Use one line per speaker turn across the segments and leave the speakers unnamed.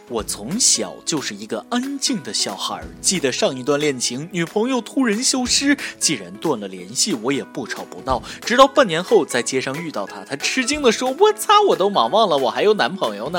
我从小就是一个安静的小孩，记得上一段恋情，女朋友突然消失，既然断了联系，我也不吵不闹，直到半年后在街上遇到她，她吃惊地说：“我擦，我都忙忘了我还有男朋友呢。”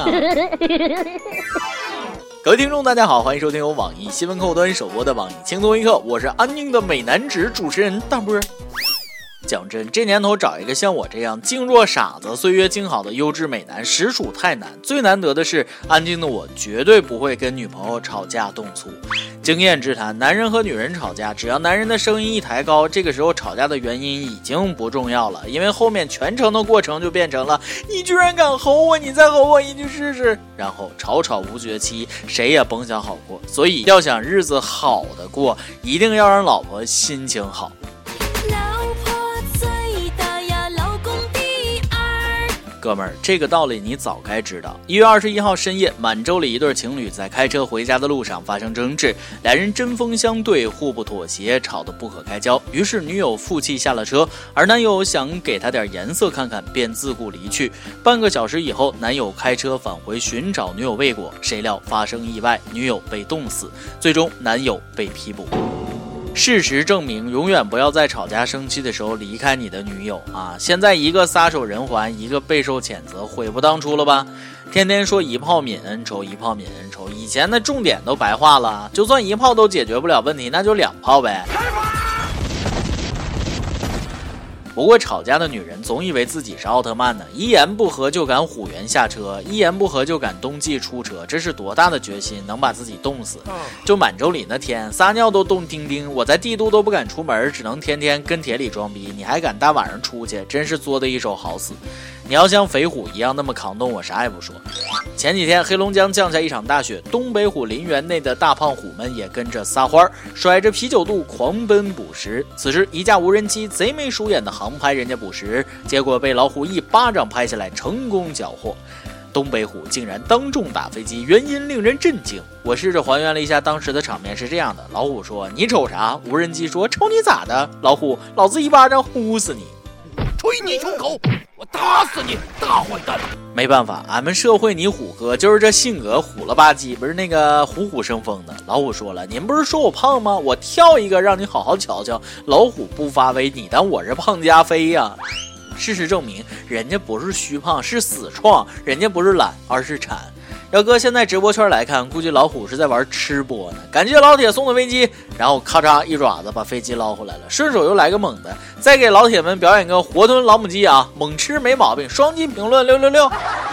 各位听众大家好，欢迎收听由网易新闻客户端首播的网易轻松一刻，我是安宁的美男子主持人大波。讲真，这年头找一个像我这样静若傻子岁月静好的优质美男实属太难，最难得的是安静的我绝对不会跟女朋友吵架动粗。经验之谈，男人和女人吵架，只要男人的声音一抬高，这个时候吵架的原因已经不重要了，因为后面全程的过程就变成了你居然敢吼我，你再吼我一句试试，然后吵吵无绝期，谁也甭想好过。所以要想日子好的过，一定要让老婆心情好。哥们儿，这个道理你早该知道。1月21号深夜，满洲里一对情侣在开车回家的路上发生争执，两人针锋相对，互不妥协，吵得不可开交。于是女友负气下了车，而男友想给她点颜色看看，便自顾离去。半个小时以后，男友开车返回寻找女友未果，谁料发生意外，女友被冻死，最终男友被批捕。事实证明，永远不要在吵架生气的时候离开你的女友啊！现在一个撒手人寰，一个备受谴责，悔不当初了吧？天天说一炮泯恩仇，一炮泯恩仇，以前的重点都白话了。就算一炮都解决不了问题，那就2炮呗。不过吵架的女人总以为自己是奥特曼呢，一言不合就敢虎猿下车，一言不合就敢冬季出车，这是多大的决心，能把自己冻死？就满洲里那天撒尿都冻丁丁，我在帝都都不敢出门，只能天天跟铁里装逼，你还敢大晚上出去，真是作的一手好死。你要像肥虎一样那么抗冻，我啥也不说。前几天黑龙江降下一场大雪，东北虎林园内的大胖虎们也跟着撒欢，甩着啤酒肚狂奔捕食。此时一架无人机贼眉鼠眼的航拍人家捕食，结果被老虎一巴掌拍下来，成功缴获。东北虎竟然当众打飞机，原因令人震惊。我试着还原了一下当时的场面是这样的：老虎说你瞅啥？无人机说瞅你咋的？老虎老子一巴掌呼死你！
吹你胸口，我打死你，大坏蛋！
没办法，俺们社会你虎哥就是这性格虎了吧唧，不是那个虎虎生风的。老虎说了，您不是说我胖吗？我跳一个让你好好瞧瞧。老虎不发威，你当我是胖加菲呀？事实证明，人家不是虚胖，是死壮，人家不是懒，而是馋。要搁现在直播圈来看，估计老虎是在玩吃播呢。感谢老铁送的飞机，然后咔嚓一爪子把飞机捞回来了，顺手又来个猛的，再给老铁们表演个活吞老母鸡啊，猛吃没毛病，双击评论666。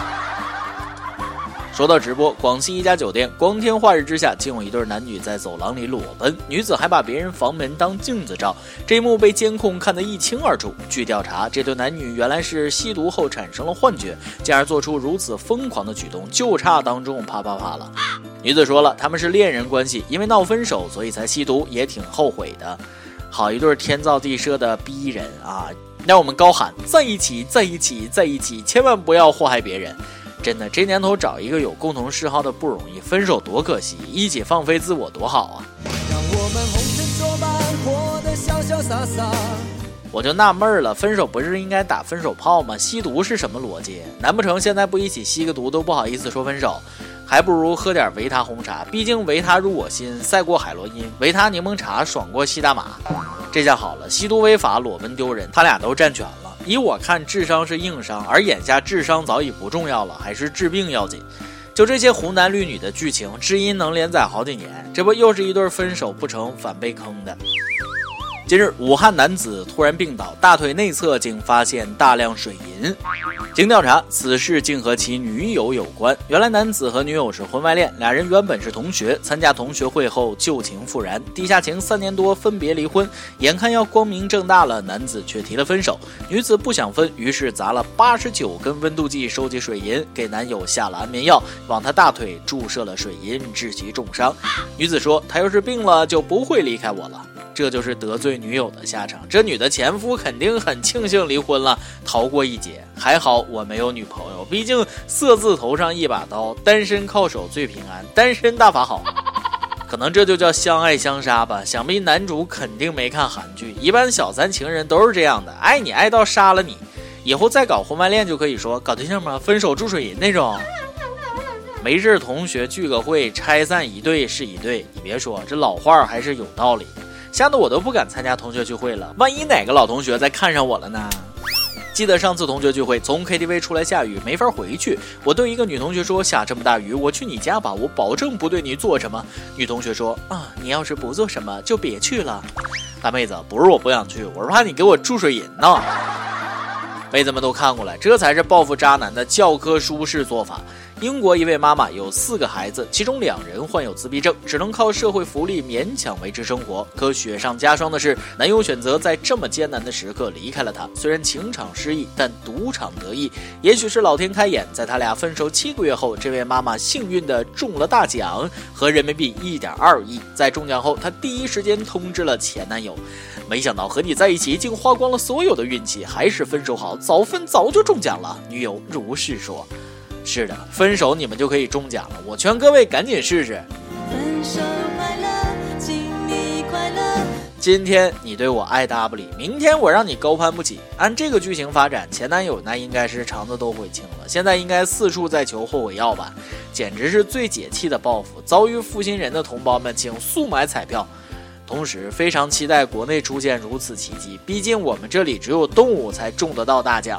说到直播，广西一家酒店光天化日之下，竟有一对男女在走廊里裸奔，女子还把别人房门当镜子照，这一幕被监控看得一清二楚。据调查，这对男女原来是吸毒后产生了幻觉，进而做出如此疯狂的举动，就差当众啪啪啪了。女子说了，他们是恋人关系，因为闹分手所以才吸毒，也挺后悔的。好一对天造地设的逼人啊！让我们高喊在一起，在一起，在一起，千万不要祸害别人。真的，这年头找一个有共同嗜好的不容易，分手多可惜，一起放飞自我多好啊！让我们红尘作伴，活得潇潇洒洒。我就纳闷了，分手不是应该打分手炮吗？吸毒是什么逻辑？难不成现在不一起吸个毒都不好意思说分手？还不如喝点维他红茶，毕竟维他入我心，赛过海洛因，维他柠檬茶爽过吸大麻。这下好了，吸毒违法，裸奔丢人，他俩都占全了。以我看，智商是硬伤，而眼下智商早已不重要了，还是治病要紧。就这些红男绿女的剧情，知音能连载好几年，这不又是一对分手不成反被坑的。近日，武汉男子突然病倒，大腿内侧竟发现大量水银。经调查，此事竟和其女友有关。原来男子和女友是婚外恋，俩人原本是同学，参加同学会后旧情复燃，地下情3年多，分别离婚。眼看要光明正大了，男子却提了分手，女子不想分，于是砸了89根温度计收集水银，给男友下了安眠药，往他大腿注射了水银，致其重伤。女子说，他要是病了就不会离开我了。这就是得罪女友的下场。这女的前夫肯定很庆幸离婚了，逃过一劫。还好我没有女朋友，毕竟色字头上一把刀，单身靠手最平安，单身大法好。可能这就叫相爱相杀吧。想必男主肯定没看韩剧，一般小三情人都是这样的，爱你爱到杀了你。以后再搞婚外恋就可以说搞对象吗？分手注水银那种。 没事同学聚个会，拆散一对是一对，你别说，这老话还是有道理的，吓得我都不敢参加同学聚会了，万一哪个老同学再看上我了呢？记得上次同学聚会，从 KTV 出来下雨，没法回去。我对一个女同学说：“下这么大雨，我去你家吧，我保证不对你做什么。”女同学说：“啊，你要是不做什么，就别去了。”大妹子，不是我不想去，我是怕你给我注水银呢。妹子们都看过来，这才是报复渣男的教科书式做法。英国一位妈妈有4个孩子，其中2人患有自闭症，只能靠社会福利勉强维持生活。可雪上加霜的是，男友选择在这么艰难的时刻离开了她。虽然情场失意，但赌场得意。也许是老天开眼，在他俩分手7个月后，这位妈妈幸运地中了大奖，合人民币1.2亿。在中奖后，她第一时间通知了前男友。没想到和你在一起竟花光了所有的运气，还是分手好，早分早就中奖了。女友如是说。是的，分手你们就可以中奖了，我劝各位赶紧试试。分手快乐，请你快乐。今天你对我爱答不理，明天我让你高攀不起。按这个剧情发展，前男友那应该是肠子都悔青了，现在应该四处在求后悔药吧，简直是最解气的报复。遭遇负心人的同胞们，请速买彩票。同时非常期待国内出现如此奇迹，毕竟我们这里只有动物才中得到大奖。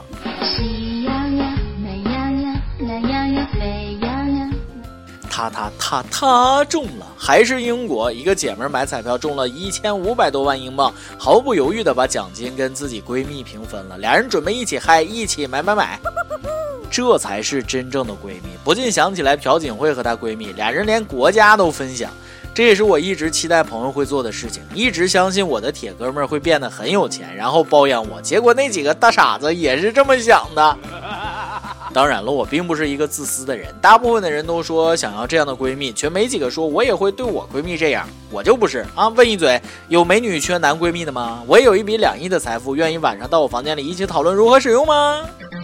他中了，还是英国一个姐们买彩票中了1500多万英镑，毫不犹豫地把奖金跟自己闺蜜平分了，俩人准备一起嗨，一起买，这才是真正的闺蜜。不禁想起来朴槿惠和她闺蜜，俩人连国家都分享。这也是我一直期待朋友会做的事情，一直相信我的铁哥们会变得很有钱，然后包养我，结果那几个大傻子也是这么想的。当然了，我并不是一个自私的人，大部分的人都说想要这样的闺蜜，却没几个说我也会对我闺蜜这样，我就不是啊。问一嘴，有美女缺男闺蜜的吗？我也有1笔2亿的财富，愿意晚上到我房间里一起讨论如何使用吗？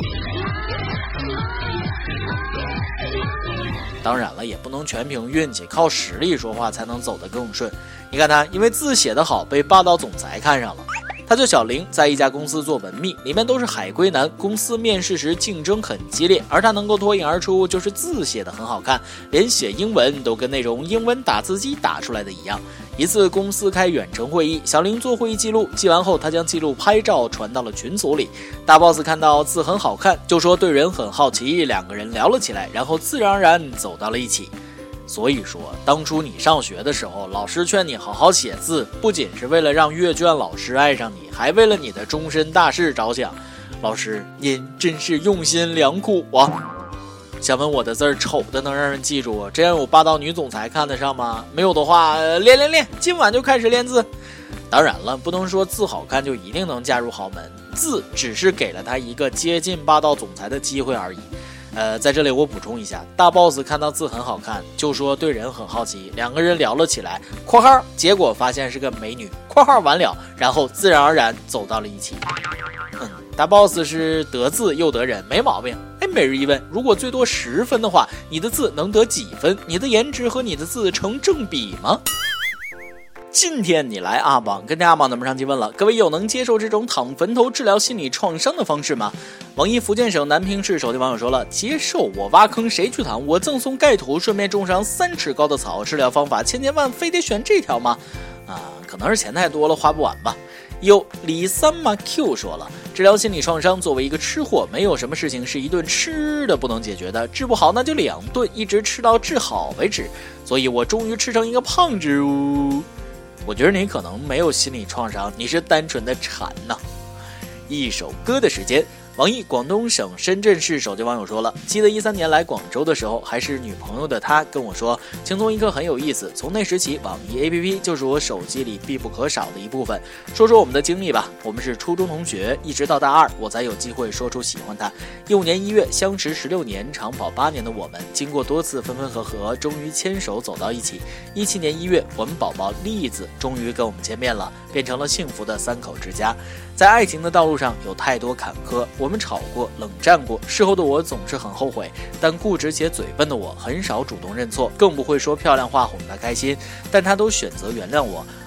当然了，也不能全凭运气，靠实力说话才能走得更顺。你看他，因为字写得好，被霸道总裁看上了。他叫小林，在一家公司做文秘，里面都是海归男，公司面试时竞争很激烈，而他能够脱颖而出，就是字写得很好看，连写英文都跟那种英文打字机打出来的一样。一次公司开远程会议，小林做会议记录，记完后他将记录拍照传到了群组里。大 boss 看到字很好看，就说对人很好奇，2个人聊了起来，然后自然而然走到了一起。所以说，当初你上学的时候，老师劝你好好写字，不仅是为了让阅卷老师爱上你，还为了你的终身大事着想。老师，您真是用心良苦啊！想问我的字儿丑的能让人记住，这样有霸道女总裁看得上吗？没有的话，练，今晚就开始练字。当然了，不能说字好看就一定能嫁入豪门，字只是给了他一个接近霸道总裁的机会而已。在这里我补充一下，大 boss 看到字很好看，就说对人很好奇，2个人聊了起来（括号）结果发现是个美女（括号完了），然后自然而然走到了一起。大 boss 是得字又得人，没毛病。每日一问，如果最多10分的话，你的字能得几分？你的颜值和你的字成正比吗？今天你来阿榜，跟着阿榜咱们上期问了，各位有能接受这种躺坟头治疗心理创伤的方式吗？网易福建省南平市手机网友说了，接受，我挖坑谁去躺，我赠送盖土，顺便种上3尺高的草，治疗方法千万，非得选这条吗？可能是钱太多了花不完吧。有李三马 Q 说了，治疗心理创伤，作为一个吃货，没有什么事情是一顿吃的不能解决的，治不好那就2顿，一直吃到治好为止。所以我终于吃成一个胖子哦。我觉得你可能没有心理创伤，你是单纯的馋呐。一首歌的时间，网易广东省深圳市手机网友说了，记得13年来广州的时候，还是女朋友的她跟我说，轻松一刻很有意思，从那时起网易 APP 就是我手机里必不可少的一部分。说说我们的经历吧，我们是初中同学，一直到大2我才有机会说出喜欢她。15年1月，相识16年长跑8年的我们，经过多次分分合合，终于牵手走到一起。17年1月，我们宝宝栗子终于跟我们见面了，变成了幸福的3口之家。在爱情的道路上有太多坎坷，我们吵过，冷战过，事后的我总是很后悔，但固执且嘴笨的我很少主动认错，更不会说漂亮话哄她开心，但她都选择原谅我。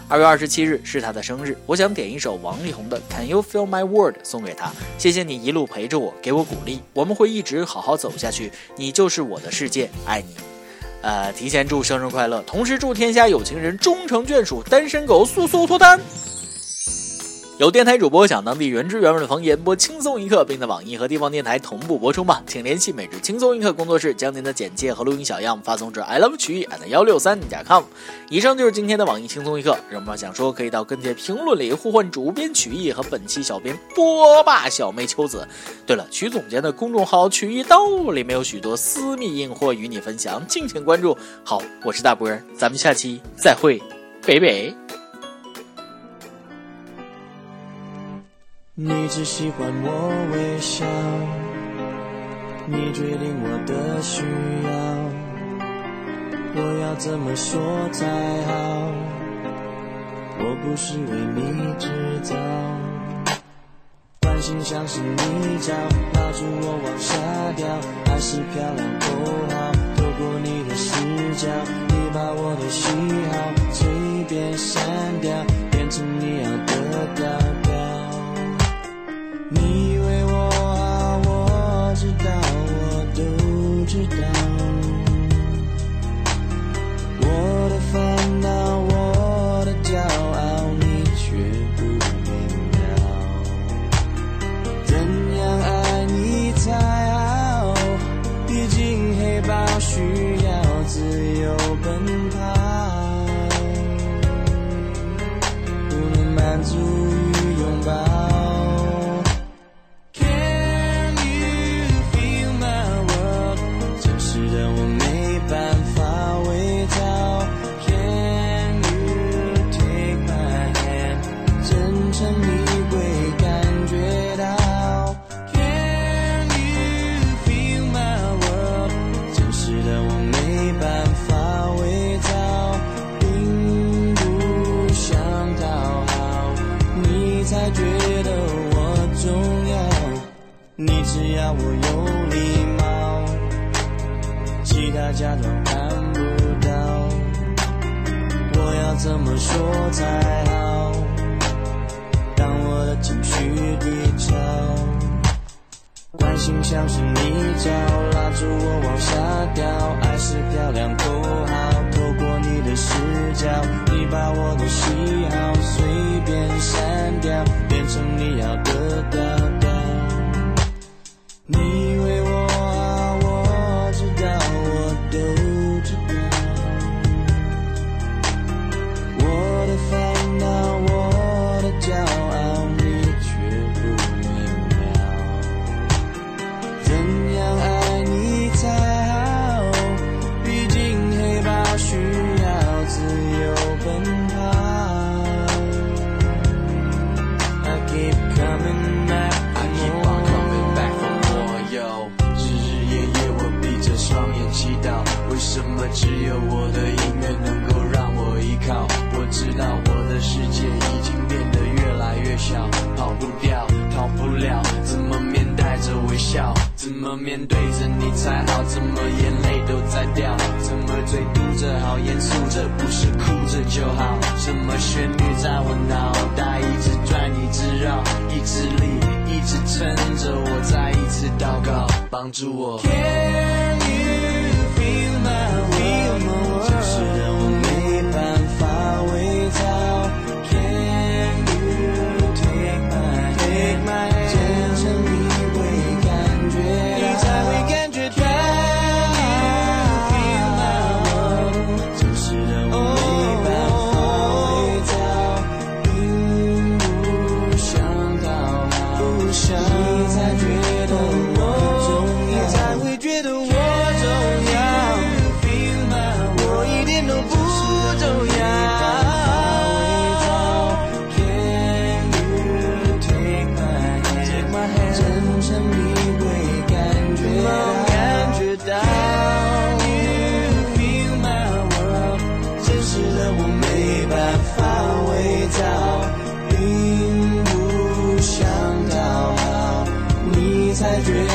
2月27日是他的生日，我想点一首王力宏的 Can You Feel My World 送给他，谢谢你一路陪着我，给我鼓励，我们会一直好好走下去，你就是我的世界，爱你。提前祝生日快乐，同时祝天下有情人终成眷属，单身狗速速脱单。有电台主播想当地原汁原味的方言播轻松一刻，并在网易和地方电台同步播出吗？请联系每日轻松一刻工作室，将您的简介和录音小样发送至 iLoveChùy@163.com。以上就是今天的网易轻松一刻，有什么想说可以到跟帖评论里互换主编曲艺和本期小编波霸小妹秋子。对了，曲总监的公众号曲艺刀里面有许多私密硬货与你分享，敬请关注。好，我是大波，咱们下期再会，北北。
你只喜欢我微笑，你决定我的需要，我要怎么说才好？我不是为你制造，关心像是泥沼，拉住我往下掉，爱是漂亮逗号，透过你的视角，你把我的喜好随便删掉，变成你要的调调。你以为我好，我知道，我都知道，我的烦恼，我的骄傲，你却不明了。怎样爱你才好？毕竟黑豹需要自由奔跑，不能满足于拥抱。你只要我有礼貌，其他假装看不到，我要怎么说才好？当我的情绪低潮，关心像是泥沼，拉住我往下掉，爱是漂亮逗号，透过你的视角，你把我的喜好随便删掉，变成你要的调调。你以为我好，我知道，我都知道，我的烦恼，我的骄傲，你却不明了。怎样爱你才好？毕竟黑豹需要自由奔跑。I keep coming back, I keep on coming back from双眼祈祷，为什么只有我的音乐能够让我依靠？我知道我的世界已经变得越来越小，跑不掉，逃不了，怎么面带着微笑？怎么面对着你才好？怎么眼泪都在掉？怎么嘴嘟着好严肃？这不是哭着就好？什么旋律在我脑袋一直转一直绕，意志力一直撑着我，再一次祷告，帮助我。就是让我没办法微操。Can you take my hand？ 真诚你会感觉到，你才会感觉到。Can you feel my world？ 就是让我没办法微操，并不想讨好，你才觉得我重要，你才会觉得我重要。才觉